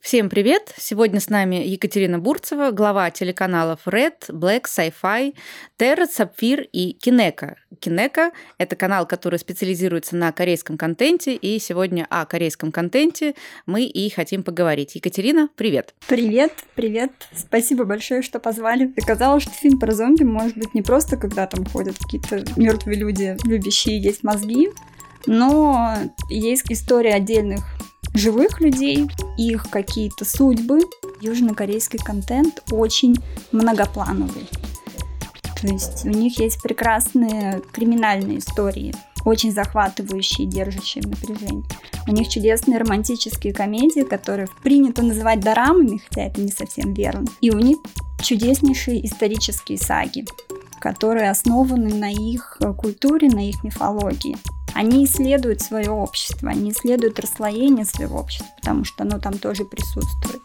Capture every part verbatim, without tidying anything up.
Всем привет! Сегодня с нами Екатерина Бурцева, глава телеканалов Red, Black, Sci-Fi, Terra, Sapphire и Kineka. Kineka – это канал, который специализируется на корейском контенте, и сегодня о корейском контенте мы и хотим поговорить. Екатерина, привет! Привет, привет! Спасибо большое, что позвали. Оказалось, что фильм про зомби может быть не просто, когда там ходят какие-то мертвые люди, любящие есть мозги, но есть история отдельных живых людей, их какие-то судьбы. Южнокорейский контент очень многоплановый. То есть у них есть прекрасные криминальные истории, очень захватывающие, держащие в напряжении. У них чудесные романтические комедии, которые принято называть дорамами, хотя это не совсем верно. И у них чудеснейшие исторические саги, которые основаны на их культуре, на их мифологии. Они исследуют свое общество, они исследуют расслоение своего общества, потому что оно там тоже присутствует.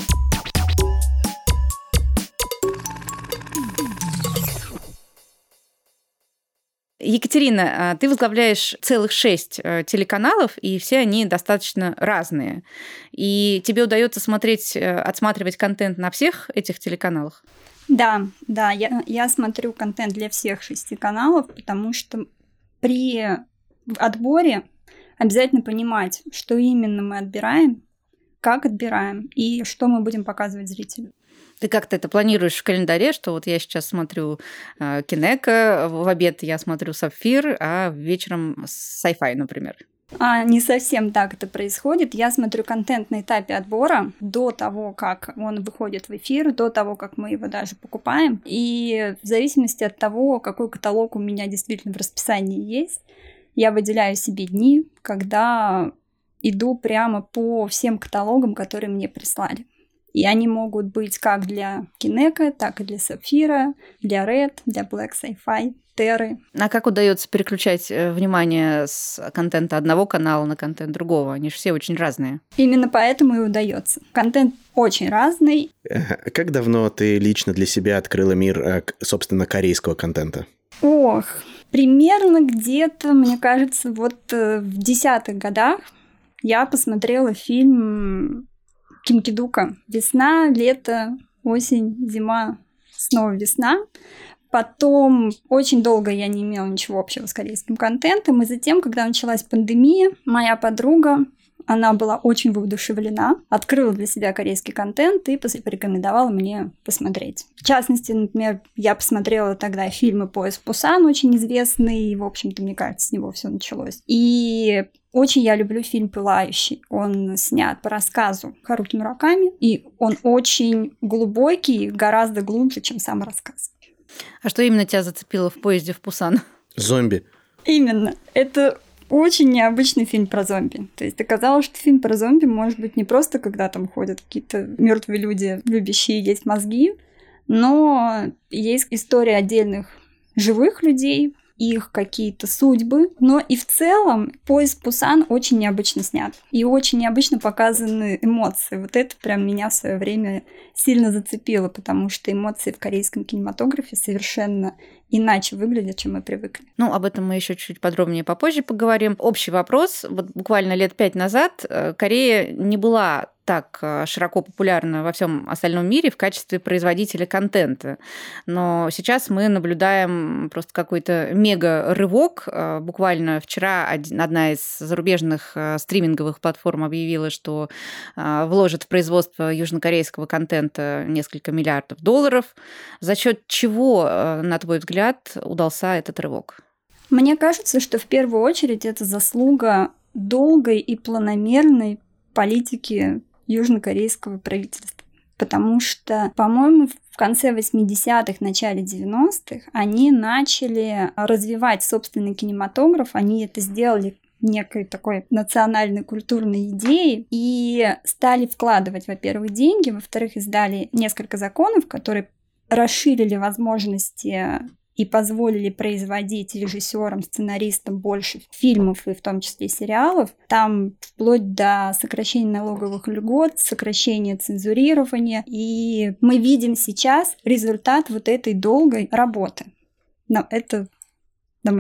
Екатерина, ты возглавляешь целых шесть телеканалов, и все они достаточно разные. И тебе удается смотреть, отсматривать контент на всех этих телеканалах? Да, да, я, я смотрю контент для всех шести каналов, потому что при отборе обязательно понимать, что именно мы отбираем, как отбираем и что мы будем показывать зрителю. Ты как-то это планируешь в календаре, что вот я сейчас смотрю э, Kineka, в обед я смотрю Sapphire, а вечером Sci-Fi, например? А, не совсем так это происходит. Я смотрю контент на этапе отбора до того, как он выходит в эфир, до того, как мы его даже покупаем. И в зависимости от того, какой каталог у меня действительно в расписании есть, я выделяю себе дни, когда иду прямо по всем каталогам, которые мне прислали. И они могут быть как для Kineka, так и для Sapphire, для Red, для Black, Sci-Fi, Terra. А как удается переключать внимание с контента одного канала на контент другого? Они же все очень разные. Именно поэтому и удается. Контент очень разный. Как давно ты лично для себя открыла мир, собственно, корейского контента? Ох, примерно где-то, мне кажется, вот в десятых годах я посмотрела фильм Ким Ки-дука. Весна, лето, осень, зима, снова весна. Потом очень долго я не имела ничего общего с корейским контентом. И затем, когда началась пандемия, моя подруга, она была очень воодушевлена, открыла для себя корейский контент и порекомендовала мне посмотреть. В частности, например, я посмотрела тогда фильмы «Поезд в Пусан», очень известный, и, в общем-то, мне кажется, с него все началось. И очень я люблю фильм «Пылающий». Он снят по рассказу Харуки Мураками, и он очень глубокий, гораздо глубже, чем сам рассказ. А что именно тебя зацепило в «Поезде в Пусан»? Зомби. Именно. Это очень необычный фильм про зомби. То есть оказалось, что фильм про зомби может быть не просто, когда там ходят какие-то мертвые люди, любящие есть мозги, но есть история отдельных живых людей, их какие-то судьбы. Но и в целом «Поезд в Пусан» очень необычно снят. И очень необычно показаны эмоции. Вот это прям меня в свое время сильно зацепило, потому что эмоции в корейском кинематографе совершенно иначе выглядят, чем мы привыкли. Ну, об этом мы еще чуть подробнее попозже поговорим. Общий вопрос. Вот буквально лет пять назад Корея не была так широко популярна во всем остальном мире в качестве производителя контента. Но сейчас мы наблюдаем просто какой-то мега-рывок. Буквально вчера одна из зарубежных стриминговых платформ объявила, что вложит в производство южнокорейского контента несколько миллиардов долларов. За счет чего, на твой взгляд, удался этот рывок? Мне кажется, что в первую очередь это заслуга долгой и планомерной политики южнокорейского правительства. Потому что, по-моему, в конце восьмидесятых, начале девяностых они начали развивать собственный кинематограф. Они это сделали некой такой национальной культурной идеей и стали вкладывать, во-первых, деньги, во-вторых, издали несколько законов, которые расширили возможности и позволили производить режиссерам, сценаристам больше фильмов и в том числе сериалов. Там вплоть до сокращения налоговых льгот, сокращения цензурирования. И мы видим сейчас результат вот этой долгой работы. Но это, на мой взгляд.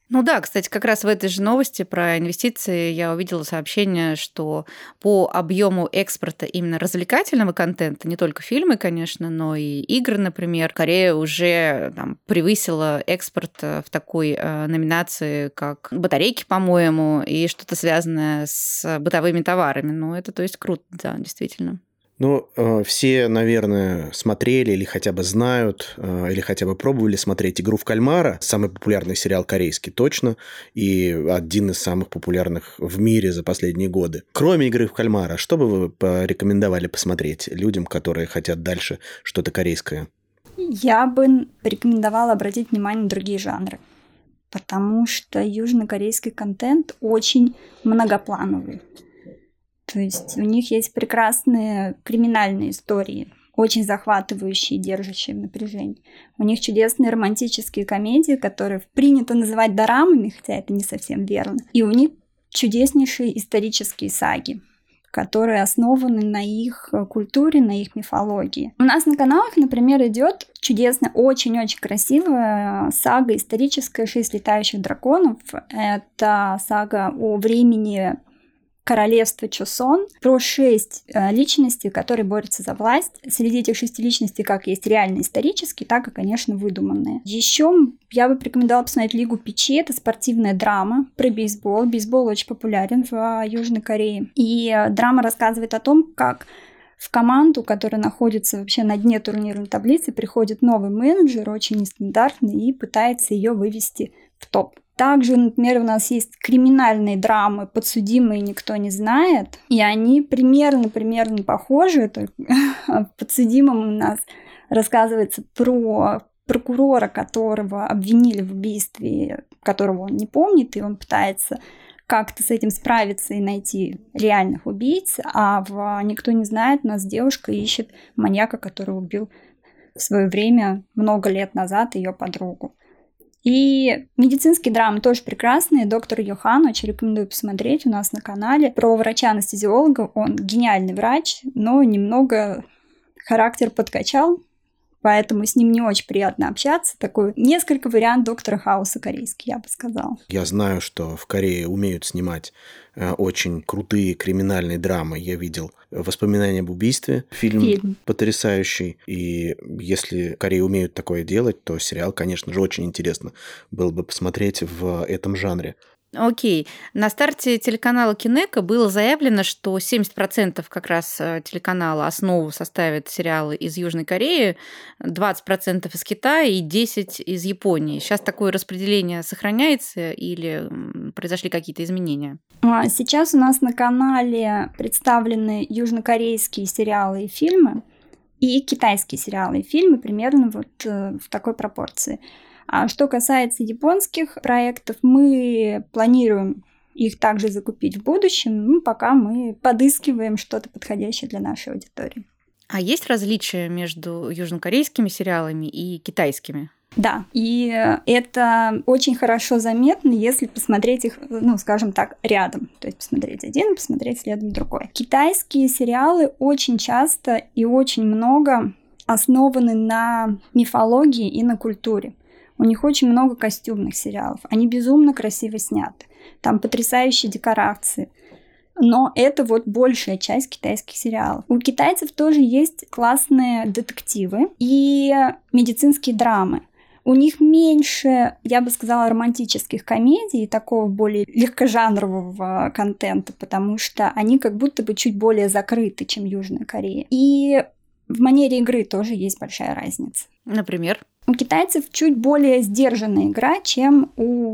Ну да, кстати, как раз в этой же новости про инвестиции я увидела сообщение, что по объему экспорта именно развлекательного контента, не только фильмы, конечно, но и игры, например, Корея уже там, превысила экспорт в такой э, номинации, как батарейки, по-моему, и что-то связанное с бытовыми товарами. Ну, это, то есть, круто, да, действительно. Ну, все, наверное, смотрели или хотя бы знают, или хотя бы пробовали смотреть «Игру в кальмара», самый популярный сериал корейский, точно, и один из самых популярных в мире за последние годы. Кроме «Игры в кальмара», что бы вы порекомендовали посмотреть людям, которые хотят дальше что-то корейское? Я бы порекомендовала обратить внимание на другие жанры, потому что южнокорейский контент очень многоплановый. То есть у них есть прекрасные криминальные истории, очень захватывающие, держащие в напряжении. У них чудесные романтические комедии, которые принято называть дорамами, хотя это не совсем верно. И у них чудеснейшие исторические саги, которые основаны на их культуре, на их мифологии. У нас на каналах, например, идет чудесная, очень-очень красивая сага историческая «Шесть летающих драконов». Это сага о времени королевства Чосон, про шесть э, личностей, которые борются за власть. Среди этих шести личностей как есть реально исторические, так и, конечно, выдуманные. Еще я бы порекомендовала посмотреть «Лигу печи». Это спортивная драма про бейсбол. Бейсбол очень популярен в э, Южной Корее. И э, драма рассказывает о том, как в команду, которая находится вообще на дне турнирной таблицы, приходит новый менеджер, очень нестандартный, и пытается ее вывести в топ. Также, например, у нас есть криминальные драмы «Подсудимые никто не знает», и они примерно-примерно похожи. В «Подсудимом» у нас рассказывается про прокурора, которого обвинили в убийстве, которого он не помнит, и он пытается как-то с этим справиться и найти реальных убийц, а в «Никто не знает» у нас девушка ищет маньяка, который убил в свое время, много лет назад, ее подругу. И медицинские драмы тоже прекрасные. «Доктор Йохан» очень рекомендую посмотреть у нас на канале. Про врача-анестезиолога. Он гениальный врач, но немного характер подкачал, поэтому с ним не очень приятно общаться. Такой несколько вариант доктора Хауса корейский, я бы сказала. Я знаю, что в Корее умеют снимать очень крутые криминальные драмы. Я видел «Воспоминания об убийстве». Фильм, Фильм потрясающий. И если в Корее умеют такое делать, то сериал, конечно же, очень интересно было бы посмотреть в этом жанре. Окей. На старте телеканала Кинека было заявлено, что семьдесят процентов как раз телеканала основу составят сериалы из Южной Кореи, двадцать процентов из Китая и десять процентов из Японии. Сейчас такое распределение сохраняется или произошли какие-то изменения? Сейчас у нас на канале представлены южнокорейские сериалы и фильмы и китайские сериалы и фильмы примерно вот в такой пропорции. А что касается японских проектов, мы планируем их также закупить в будущем, ну, пока мы подыскиваем что-то подходящее для нашей аудитории. А есть различия между южнокорейскими сериалами и китайскими? Да, и это очень хорошо заметно, если посмотреть их, ну, скажем так, рядом. То есть посмотреть один и посмотреть следом другой. Китайские сериалы очень часто и очень много основаны на мифологии и на культуре. У них очень много костюмных сериалов. Они безумно красиво сняты. Там потрясающие декорации. Но это вот большая часть китайских сериалов. У китайцев тоже есть классные детективы и медицинские драмы. У них меньше, я бы сказала, романтических комедий и такого более легкожанрового контента, потому что они как будто бы чуть более закрыты, чем Южная Корея. И в манере игры тоже есть большая разница. Например? У китайцев чуть более сдержанная игра, чем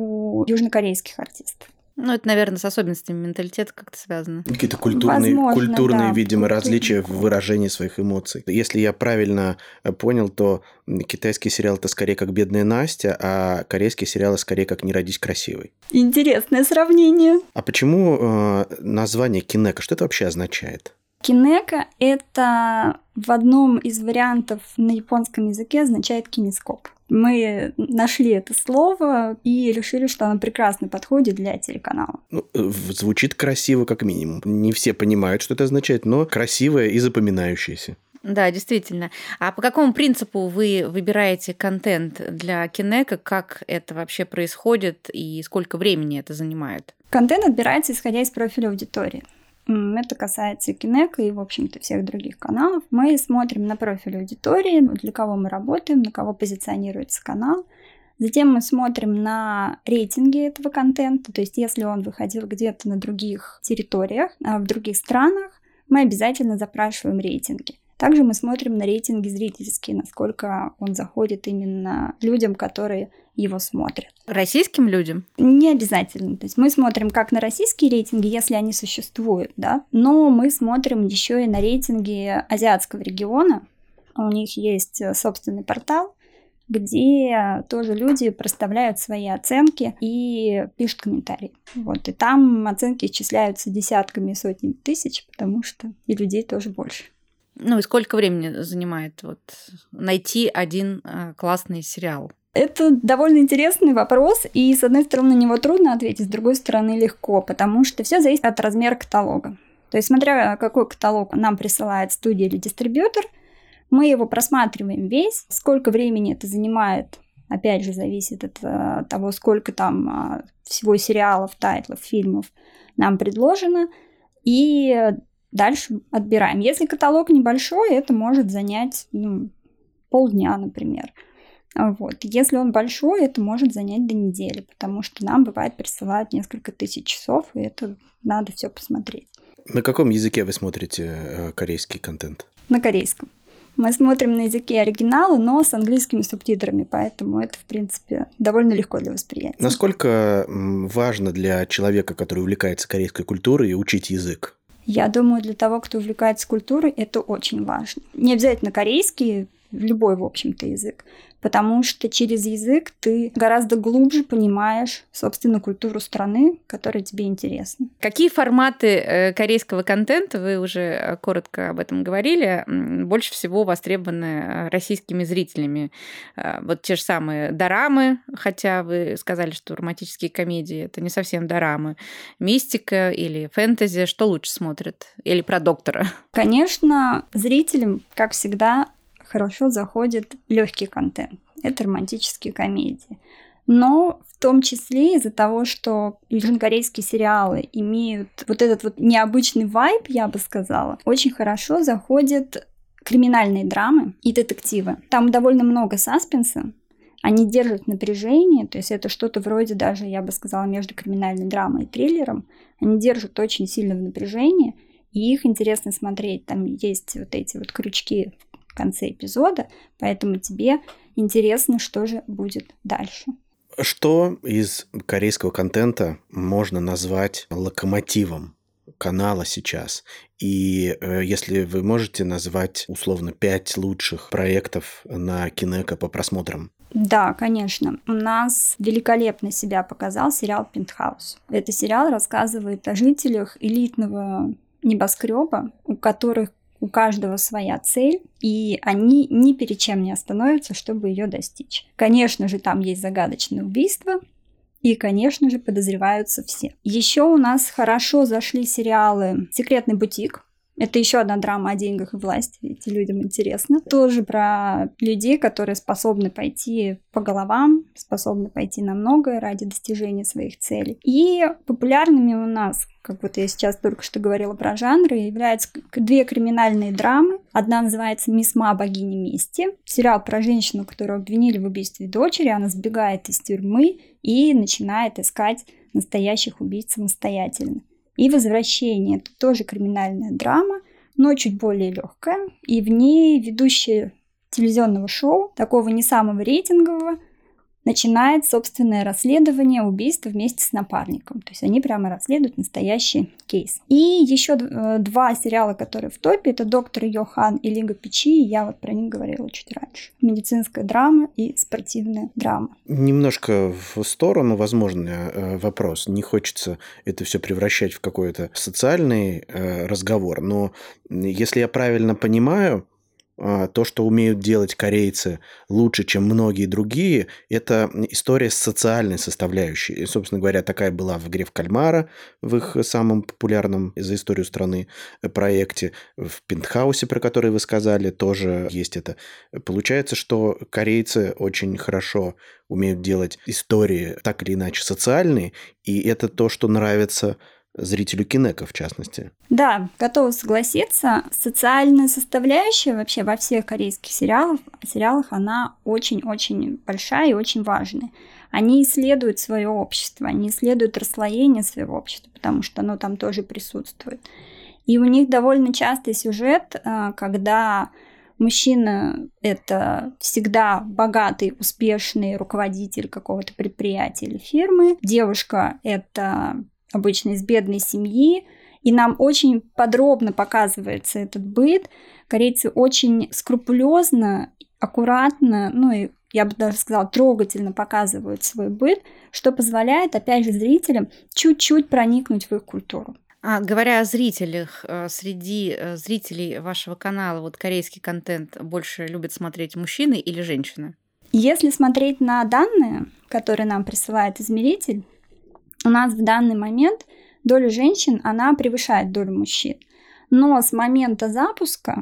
у южнокорейских артистов. Ну, это, наверное, с особенностями менталитета как-то связано. Какие-то культурные, Возможно, культурные да, видимо, культурные. различия в выражении своих эмоций. Если я правильно понял, то китайский сериал – это скорее как «Бедная Настя», а корейский сериал – скорее как «Не родись красивой». Интересное сравнение. А почему э, название «Кинека»? Что это вообще означает? Кинека — это в одном из вариантов на японском языке означает кинескоп. Мы нашли это слово и решили, что оно прекрасно подходит для телеканала. Ну, звучит красиво, как минимум. Не все понимают, что это означает, но красивое и запоминающееся. Да, действительно. А по какому принципу вы выбираете контент для Кинека? Как это вообще происходит и сколько времени это занимает? Контент отбирается, исходя из профиля аудитории. Это касается и Кинека, и, в общем-то, всех других каналов. Мы смотрим на профиль аудитории, для кого мы работаем, на кого позиционируется канал. Затем мы смотрим на рейтинги этого контента, то есть если он выходил где-то на других территориях, в других странах, мы обязательно запрашиваем рейтинги. Также мы смотрим на рейтинги зрительские, насколько он заходит именно людям, которые его смотрят. Российским людям? Не обязательно. То есть мы смотрим как на российские рейтинги, если они существуют, да, но мы смотрим еще и на рейтинги азиатского региона. У них есть собственный портал, где тоже люди проставляют свои оценки и пишут комментарии. Вот. И там оценки исчисляются десятками и сотнями тысяч, потому что и людей тоже больше. Ну и сколько времени занимает вот найти один классный сериал? Это довольно интересный вопрос, и с одной стороны на него трудно ответить, с другой стороны легко, потому что все зависит от размера каталога. То есть смотря какой каталог нам присылает студия или дистрибьютор, мы его просматриваем весь, сколько времени это занимает, опять же, зависит от того, сколько там всего сериалов, тайтлов, фильмов нам предложено, и дальше отбираем. Если каталог небольшой, это может занять ну, полдня, например. Вот. Если он большой, это может занять до недели, потому что нам, бывает, присылают несколько тысяч часов, и это надо все посмотреть. На каком языке вы смотрите корейский контент? На корейском. Мы смотрим на языке оригинала, но с английскими субтитрами, поэтому это, в принципе, довольно легко для восприятия. Насколько важно для человека, который увлекается корейской культурой, учить язык? Я думаю, для того, кто увлекается культурой, это очень важно. Не обязательно корейский, любой, в общем-то, язык. Потому что через язык ты гораздо глубже понимаешь, собственно, культуру страны, которая тебе интересна. Какие форматы корейского контента, вы уже коротко об этом говорили, больше всего востребованы российскими зрителями? Вот те же самые дорамы, хотя вы сказали, что романтические комедии – это не совсем дорамы. Мистика или фэнтези, что лучше смотрят? Или про доктора? Конечно, зрителям, как всегда, хорошо заходит легкий контент. Это романтические комедии. Но в том числе из-за того, что южнокорейские сериалы имеют вот этот вот необычный вайб, я бы сказала, очень хорошо заходят криминальные драмы и детективы. Там довольно много саспенса. Они держат напряжение, то есть это что-то вроде даже, я бы сказала, между криминальной драмой и триллером. Они держат очень сильно в напряжении, и их интересно смотреть. Там есть вот эти вот крючки в конце эпизода, поэтому тебе интересно, что же будет дальше. Что из корейского контента можно назвать локомотивом канала сейчас? И э, если вы можете назвать условно пять лучших проектов на Кинека по просмотрам? Да, конечно. У нас великолепно себя показал сериал «Пентхаус». Этот сериал рассказывает о жителях элитного небоскреба, у которых у каждого своя цель, и они ни перед чем не остановятся, чтобы ее достичь. Конечно же, там есть загадочное убийство, и, конечно же, подозреваются все. Еще у нас хорошо зашли сериалы «Секретный бутик». Это еще одна драма о деньгах и власти, ведь людям интересно. Тоже про людей, которые способны пойти по головам, способны пойти на многое ради достижения своих целей. И популярными у нас, как вот я сейчас только что говорила про жанры, являются две криминальные драмы. Одна называется «Мисс Ма. Богиня мести». Сериал про женщину, которую обвинили в убийстве дочери. Она сбегает из тюрьмы и начинает искать настоящих убийц самостоятельно. И «Возвращение» — это тоже криминальная драма, но чуть более легкая. И в ней ведущая телевизионного шоу, такого не самого рейтингового, начинает собственное расследование убийства вместе с напарником. То есть они прямо расследуют настоящий кейс. И еще два сериала, которые в топе, это «Доктор Йохан» и «Лига печи». Я вот про них говорила чуть раньше. Медицинская драма и спортивная драма. Немножко в сторону, возможно, вопрос. Не хочется это все превращать в какой-то социальный разговор, но если я правильно понимаю, то, что умеют делать корейцы лучше, чем многие другие, это история с социальной составляющей. И, собственно говоря, такая была в «Игре в кальмара», в их самом популярном за историю страны проекте. В «Пентхаусе», про который вы сказали, тоже есть это. Получается, что корейцы очень хорошо умеют делать истории так или иначе социальные, и это то, что нравится зрителю Кинека, в частности. Да, готова согласиться. Социальная составляющая вообще во всех корейских сериалах, сериалах она очень-очень большая и очень важная. Они исследуют свое общество, они исследуют расслоение своего общества, потому что оно там тоже присутствует. И у них довольно частый сюжет, когда мужчина – это всегда богатый, успешный руководитель какого-то предприятия или фирмы. Девушка – это обычно из бедной семьи, и нам очень подробно показывается этот быт. Корейцы очень скрупулезно, аккуратно, ну и, я бы даже сказала, трогательно показывают свой быт, что позволяет, опять же, зрителям чуть-чуть проникнуть в их культуру. А, говоря о зрителях, среди зрителей вашего канала вот корейский контент больше любят смотреть мужчины или женщины? Если смотреть на данные, которые нам присылает измеритель, у нас в данный момент доля женщин, она превышает долю мужчин. Но с момента запуска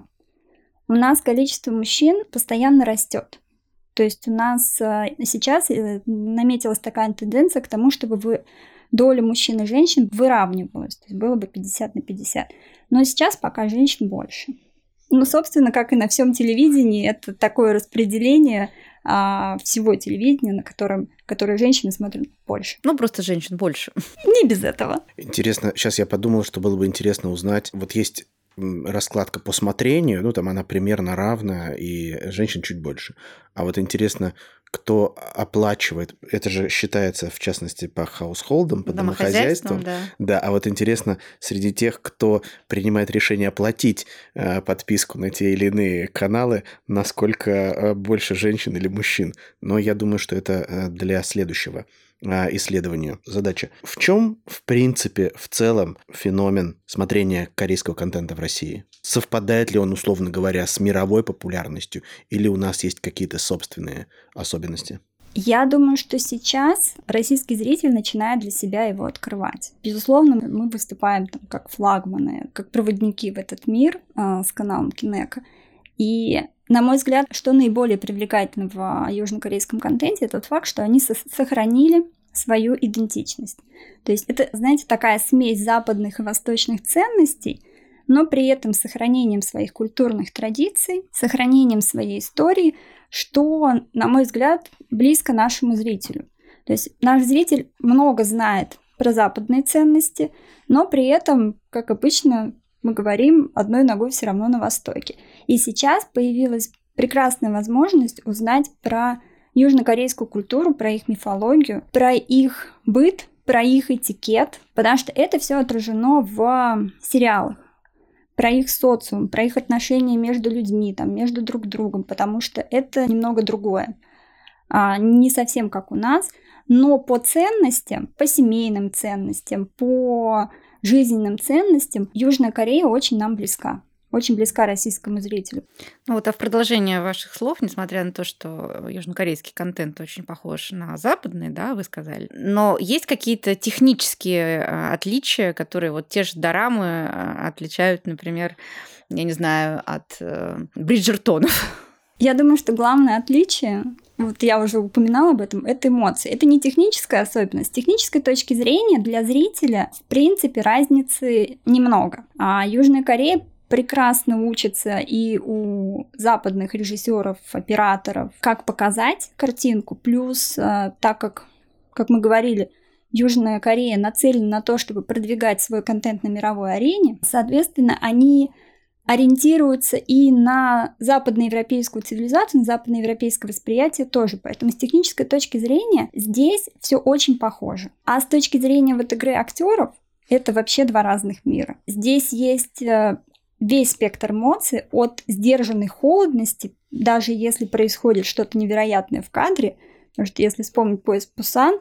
у нас количество мужчин постоянно растет. То есть у нас сейчас наметилась такая тенденция к тому, чтобы вы, доля мужчин и женщин выравнивалась. То есть было бы пятьдесят на пятьдесят. Но сейчас пока женщин больше. Ну, собственно, как и на всем телевидении, это такое распределение а, всего телевидения, на котором, которое женщины смотрят больше. Ну, просто женщин больше. Не без этого. Интересно, сейчас я подумал, что было бы интересно узнать. Вот есть раскладка по смотрению, ну, там она примерно равна, и женщин чуть больше. А вот интересно, кто оплачивает, это же считается, в частности, по хаусхолдам, по домохозяйствам. Да. да, а вот интересно, среди тех, кто принимает решение оплатить э, подписку на те или иные каналы, насколько э, больше женщин или мужчин. Но я думаю, что это э, для следующего э, исследования задача. В чем, в принципе, в целом феномен смотрения корейского контента в России? Совпадает ли он, условно говоря, с мировой популярностью, или у нас есть какие-то собственные особенности? Я думаю, что сейчас российский зритель начинает для себя его открывать. Безусловно, мы выступаем там как флагманы, как проводники в этот мир э, с каналом Кинека. И, на мой взгляд, что наиболее привлекательно в южнокорейском контенте, это тот факт, что они со- сохранили свою идентичность. То есть это, знаете, такая смесь западных и восточных ценностей, но при этом с сохранением своих культурных традиций, сохранением своей истории, что, на мой взгляд, близко нашему зрителю. То есть наш зритель много знает про западные ценности, но при этом, как обычно, мы говорим, одной ногой все равно на Востоке. И сейчас появилась прекрасная возможность узнать про южнокорейскую культуру, про их мифологию, про их быт, про их этикет, потому что это все отражено в сериалах. Про их социум, про их отношения между людьми, там, между друг другом, потому что это немного другое. А, не совсем как у нас, но по ценностям, по семейным ценностям, по жизненным ценностям Южная Корея очень нам близка. Очень близка российскому зрителю. Ну вот, а в продолжение ваших слов, несмотря на то, что южнокорейский контент очень похож на западный, да, вы сказали, но есть какие-то технические отличия, которые вот те же дорамы отличают, например, я не знаю, от Бриджертонов? Я думаю, что главное отличие, вот я уже упоминала об этом, это эмоции. Это не техническая особенность. С технической точки зрения для зрителя, в принципе, разницы немного. А Южная Корея прекрасно учится и у западных режиссеров, операторов, как показать картинку. Плюс, так как, как мы говорили, Южная Корея нацелена на то, чтобы продвигать свой контент на мировой арене, соответственно, они ориентируются и на западноевропейскую цивилизацию, на западноевропейское восприятие тоже. Поэтому с технической точки зрения здесь все очень похоже. А с точки зрения вот игры актеров это вообще два разных мира. Здесь есть весь спектр эмоций от сдержанной холодности, даже если происходит что-то невероятное в кадре, потому что если вспомнить «Поезд Пусан»,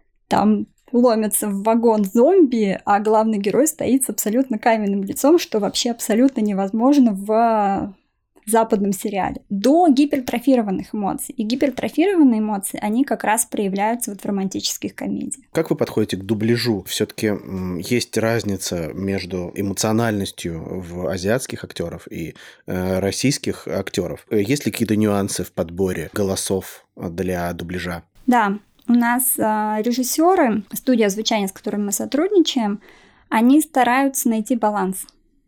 там ломятся в вагон зомби, а главный герой стоит с абсолютно каменным лицом, что вообще абсолютно невозможно в западном сериале, до гипертрофированных эмоций. И гипертрофированные эмоции, они как раз проявляются вот в романтических комедиях. Как вы подходите к дубляжу? Все-таки есть разница между эмоциональностью в азиатских актеров и э, российских актеров. Есть ли какие-то нюансы в подборе голосов для дубляжа? Да, у нас э, режиссеры, студия звучания, с которой мы сотрудничаем, они стараются найти баланс.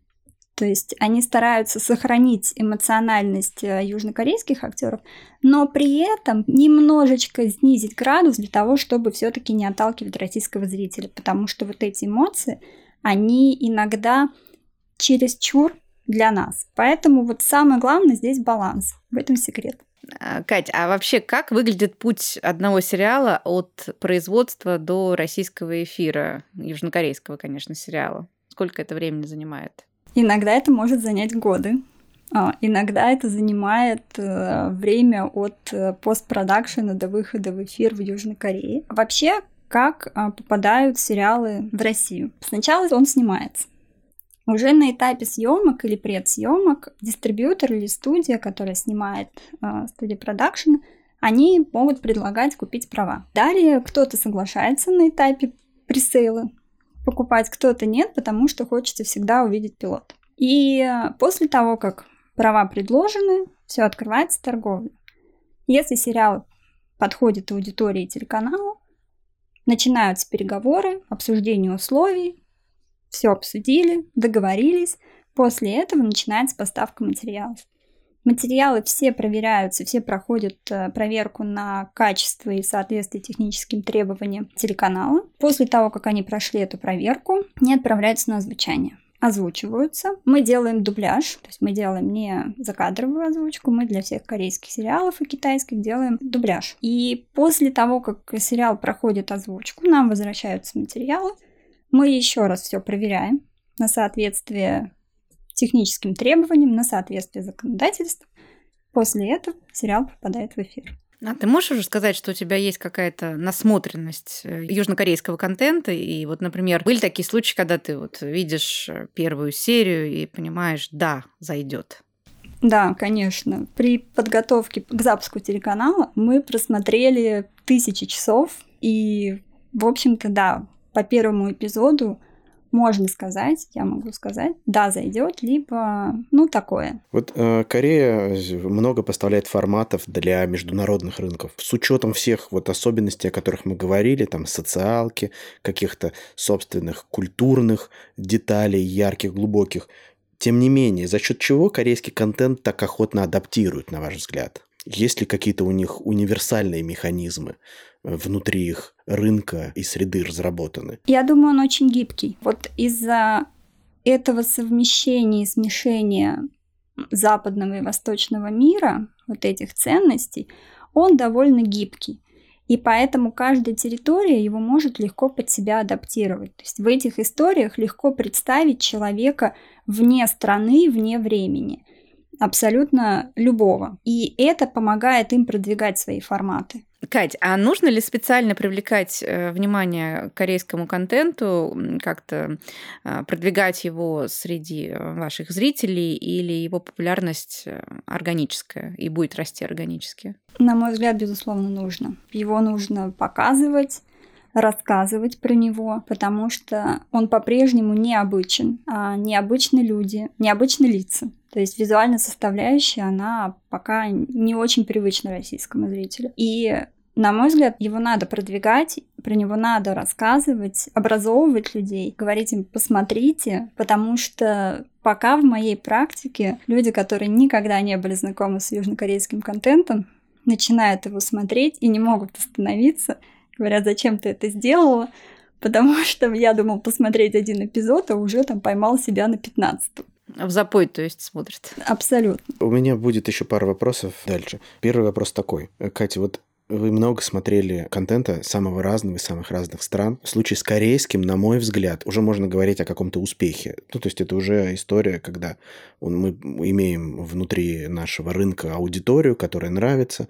То есть они стараются сохранить эмоциональность южнокорейских актеров, но при этом немножечко снизить градус для того, чтобы все-таки не отталкивать российского зрителя, потому что вот эти эмоции, они иногда чересчур для нас. Поэтому вот самое главное здесь баланс. В этом секрет. Кать, а вообще как выглядит путь одного сериала от производства до российского эфира, южнокорейского, конечно, сериала? Сколько это времени занимает? Иногда это может занять годы, а, иногда это занимает э, время от э, постпродакшена до выхода в эфир в Южной Корее. Вообще, как э, попадают сериалы в Россию? Сначала он снимается. Уже на этапе съемок или предсъемок дистрибьютор или студия, которая снимает э, студия продакшена, они могут предлагать купить права. Далее кто-то соглашается на этапе пресейла покупать, кто-то нет, потому что хочется всегда увидеть пилот. И после того, как права предложены, все открывается торговля. Если сериал подходит аудитории телеканала, начинаются переговоры, обсуждение условий, все обсудили, договорились, после этого начинается поставка материалов. Материалы все проверяются, все проходят проверку на качество и соответствие техническим требованиям телеканала. После того, как они прошли эту проверку, они отправляются на озвучание. Озвучиваются. Мы делаем дубляж, то есть мы делаем не закадровую озвучку, мы для всех корейских сериалов и китайских делаем дубляж. И после того, как сериал проходит озвучку, нам возвращаются материалы, мы еще раз все проверяем на соответствие техническим требованиям, на соответствие законодательству. После этого сериал попадает в эфир. А ты можешь уже сказать, что у тебя есть какая-то насмотренность южнокорейского контента? И вот, например, были такие случаи, когда ты вот видишь первую серию и понимаешь, да, зайдет. Да, конечно. При подготовке к запуску телеканала мы просмотрели тысячи часов. И, в общем-то, да, по первому эпизоду можно сказать, я могу сказать, да, зайдет, либо, ну, такое. Вот э, Корея много поставляет форматов для международных рынков. С учетом всех вот особенностей, о которых мы говорили, там, социалки, каких-то собственных культурных деталей, ярких, глубоких. Тем не менее, за счет чего корейский контент так охотно адаптируют, на ваш взгляд? Есть ли какие-то у них универсальные механизмы внутри их рынка и среды разработаны? Я думаю, он очень гибкий. Вот из-за этого совмещения и смешения западного и восточного мира, вот этих ценностей, он довольно гибкий. И поэтому каждая территория его может легко под себя адаптировать. То есть в этих историях легко представить человека вне страны, вне времени. Абсолютно любого. И это помогает им продвигать свои форматы. Кать, а нужно ли специально привлекать внимание к корейскому контенту, как-то продвигать его среди ваших зрителей, или его популярность органическая и будет расти органически? На мой взгляд, безусловно, нужно. Его нужно показывать, рассказывать про него, потому что он по-прежнему необычен. А необычны люди, необычны лица. То есть визуальная составляющая, она пока не очень привычна российскому зрителю. И, на мой взгляд, его надо продвигать, про него надо рассказывать, образовывать людей, говорить им «посмотрите», потому что пока в моей практике люди, которые никогда не были знакомы с южнокорейским контентом, начинают его смотреть и не могут остановиться, говорят, зачем ты это сделала, потому что я думал посмотреть один эпизод, а уже там поймал себя на пятнадцатом. В запой, то есть, смотрит. Абсолютно. У меня будет еще пара вопросов дальше. Первый вопрос такой. Катя, вот вы много смотрели контента самого разного из самых разных стран. В случае с корейским, на мой взгляд, уже можно говорить о каком-то успехе. Ну, то есть это уже история, когда мы имеем внутри нашего рынка аудиторию, которая нравится.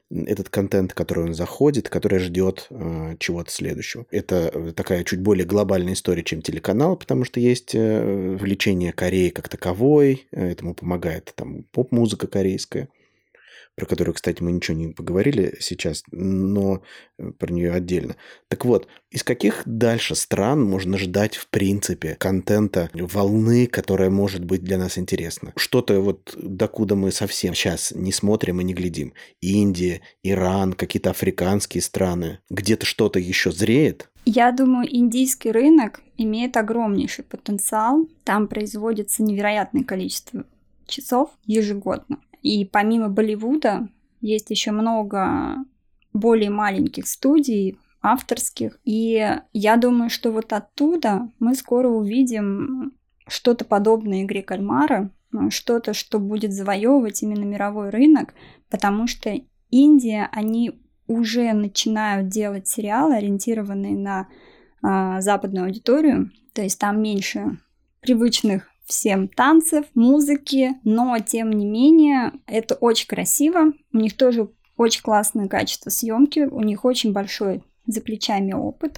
этот контент, который он заходит, который ждет э, чего-то следующего. Это такая чуть более глобальная история, чем телеканал, потому что есть э, влечение Кореи как таковой, этому помогает там поп-музыка корейская, про которую, кстати, мы ничего не поговорили сейчас, но про нее отдельно. Так вот, из каких дальше стран можно ждать, в принципе, контента, волны, которая может быть для нас интересна? Что-то вот докуда мы совсем сейчас не смотрим и не глядим. Индия, Иран, какие-то африканские страны. Где-то что-то еще зреет? Я думаю, индийский рынок имеет огромнейший потенциал. Там производится невероятное количество часов ежегодно. И помимо Болливуда есть еще много более маленьких студий, авторских. И я думаю, что вот оттуда мы скоро увидим что-то подобное «Игре кальмара», что-то, что будет завоевывать именно мировой рынок, потому что Индия, они уже начинают делать сериалы, ориентированные на а, западную аудиторию. То есть там меньше привычных всем танцев, музыки, но тем не менее это очень красиво. У них тоже очень классное качество съемки, у них очень большой за плечами опыт.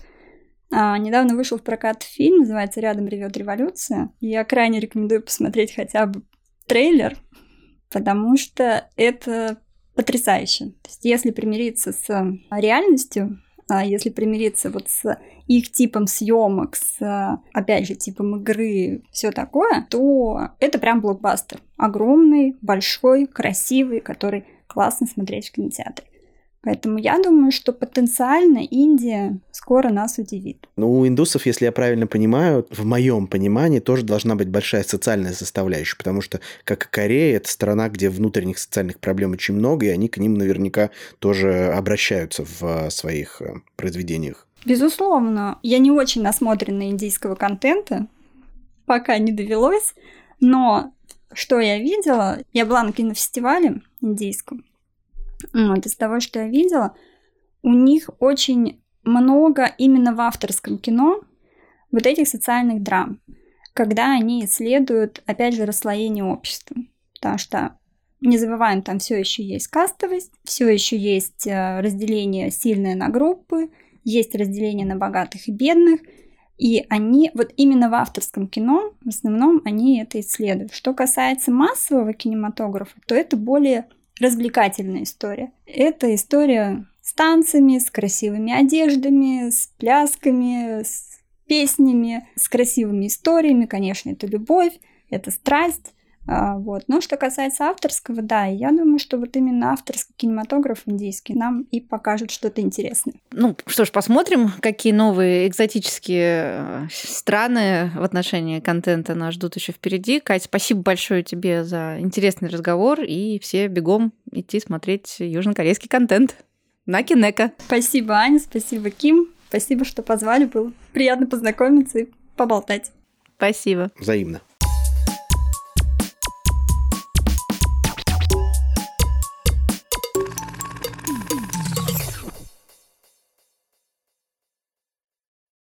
А, недавно вышел в прокат фильм, называется «Рядом ревет революция». Я крайне рекомендую посмотреть хотя бы трейлер, потому что это потрясающе. То есть, если примириться с реальностью, если примириться вот с их типом съемок, с, опять же, типом игры, все такое, то это прям блокбастер. Огромный, большой, красивый, который классно смотреть в кинотеатре. Поэтому я думаю, что потенциально Индия скоро нас удивит. Ну, у индусов, если я правильно понимаю, в моем понимании тоже должна быть большая социальная составляющая, потому что, как и Корея, это страна, где внутренних социальных проблем очень много, и они к ним наверняка тоже обращаются в своих произведениях. Безусловно. Я не очень насмотрена индийского контента, пока не довелось, но что я видела, я была на кинофестивале индийском. Вот, из того, что я видела, у них очень много именно в авторском кино вот этих социальных драм, когда они исследуют, опять же, расслоение общества. Потому что, не забываем, там все еще есть кастовость, все еще есть разделение сильное на группы, есть разделение на богатых и бедных, и они вот именно в авторском кино в основном они это исследуют. Что касается массового кинематографа, то это более развлекательная история. Это история с танцами, с красивыми одеждами, с плясками, с песнями, с красивыми историями. Конечно, это любовь, это страсть. А, вот. Но что касается авторского, да, я думаю, что вот именно авторский кинематограф индийский нам и покажет что-то интересное. Ну, что ж, посмотрим, какие новые экзотические страны в отношении контента нас ждут еще впереди. Кать, спасибо большое тебе за интересный разговор, и все бегом идти смотреть южнокорейский контент на Кинеко. Спасибо, Аня, спасибо, Ким. Спасибо, что позвали, было приятно познакомиться и поболтать. Спасибо. Взаимно.